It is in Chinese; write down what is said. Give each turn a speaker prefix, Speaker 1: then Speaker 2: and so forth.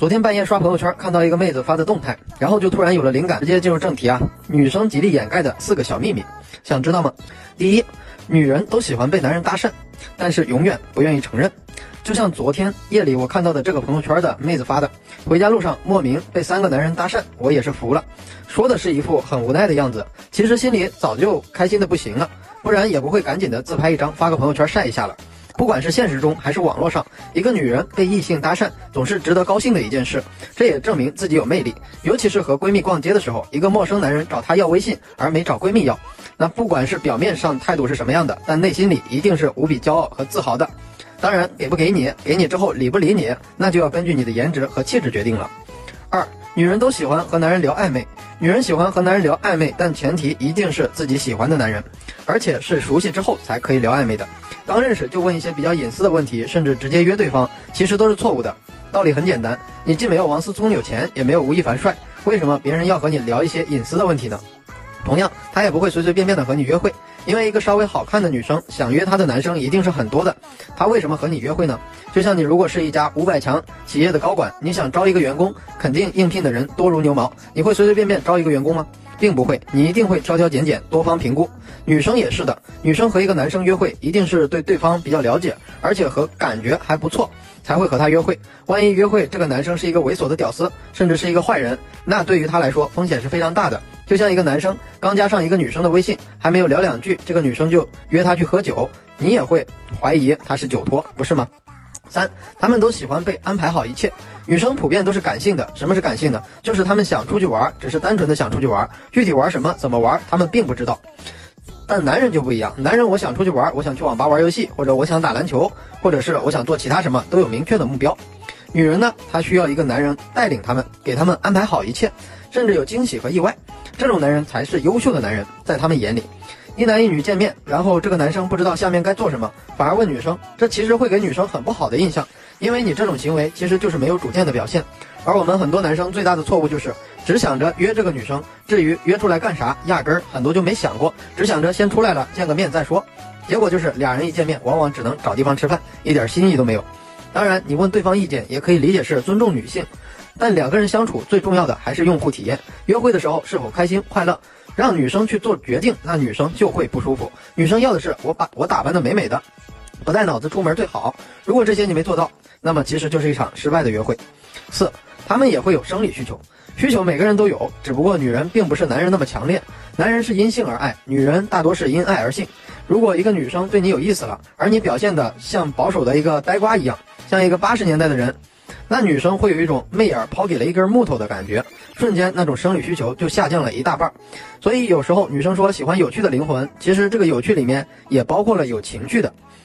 Speaker 1: 昨天半夜刷朋友圈，看到一个妹子发的动态，然后就突然有了灵感，直接进入正题啊。女生极力掩盖的4个小秘密，想知道吗？第一，女人都喜欢被男人搭讪，但是永远不愿意承认。就像昨天夜里我看到的这个朋友圈的妹子发的，回家路上莫名被3个男人搭讪，我也是服了。说的是一副很无奈的样子，其实心里早就开心的不行了，不然也不会赶紧的自拍一张发个朋友圈晒一下了。不管是现实中还是网络上，一个女人被异性搭讪总是值得高兴的一件事，这也证明自己有魅力。尤其是和闺蜜逛街的时候，一个陌生男人找她要微信而没找闺蜜要，那不管是表面上态度是什么样的，但内心里一定是无比骄傲和自豪的。当然给不给你，给你之后理不理你，那就要根据你的颜值和气质决定了。2，女人都喜欢和男人聊暧昧，女人喜欢和男人聊暧昧，但前提一定是自己喜欢的男人，而且是熟悉之后才可以聊暧昧的。刚认识就问一些比较隐私的问题，甚至直接约对方，其实都是错误的。道理很简单，你既没有王思聪有钱，也没有吴亦凡帅，为什么别人要和你聊一些隐私的问题呢？同样，他也不会随随便便的和你约会，因为一个稍微好看的女生想约她的男生一定是很多的，她为什么和你约会呢？就像你如果是一家500强企业的高管，你想招一个员工，肯定应聘的人多如牛毛，你会随随便便招一个员工吗？并不会，你一定会挑挑拣拣，多方评估。女生也是的，女生和一个男生约会，一定是对对方比较了解，而且和感觉还不错，才会和他约会。万一约会这个男生是一个猥琐的屌丝，甚至是一个坏人，那对于他来说风险是非常大的。就像一个男生刚加上一个女生的微信，还没有聊2句，这个女生就约他去喝酒，你也会怀疑他是酒托，不是吗？3，他们都喜欢被安排好一切。女生普遍都是感性的，什么是感性的？就是他们想出去玩，只是单纯的想出去玩，具体玩什么、怎么玩，他们并不知道。但男人就不一样，男人我想出去玩，我想去网吧玩游戏，或者我想打篮球，或者是我想做其他什么，都有明确的目标。女人呢，她需要一个男人带领他们，给他们安排好一切，甚至有惊喜和意外。这种男人才是优秀的男人，在他们眼里。一男一女见面，然后这个男生不知道下面该做什么，反而问女生，这其实会给女生很不好的印象，因为你这种行为其实就是没有主见的表现。而我们很多男生最大的错误就是只想着约这个女生，至于约出来干啥，压根儿很多就没想过，只想着先出来了见个面再说，结果就是俩人一见面往往只能找地方吃饭，一点心意都没有。当然你问对方意见也可以理解是尊重女性，但2个人相处最重要的还是用户体验，约会的时候是否开心快乐，让女生去做决定，那女生就会不舒服。女生要的是我打扮的美美的，不带脑子出门最好，如果这些你没做到，那么其实就是一场失败的约会。4，他们也会有生理需求，需求每个人都有，只不过女人并不是男人那么强烈，男人是因性而爱，女人大多是因爱而性。如果一个女生对你有意思了，而你表现的像保守的一个呆瓜一样，像一个80年代的人，那女生会有一种媚眼抛给了一根木头的感觉，瞬间那种生理需求就下降了一大半。所以有时候女生说喜欢有趣的灵魂，其实这个有趣里面也包括了有情趣的。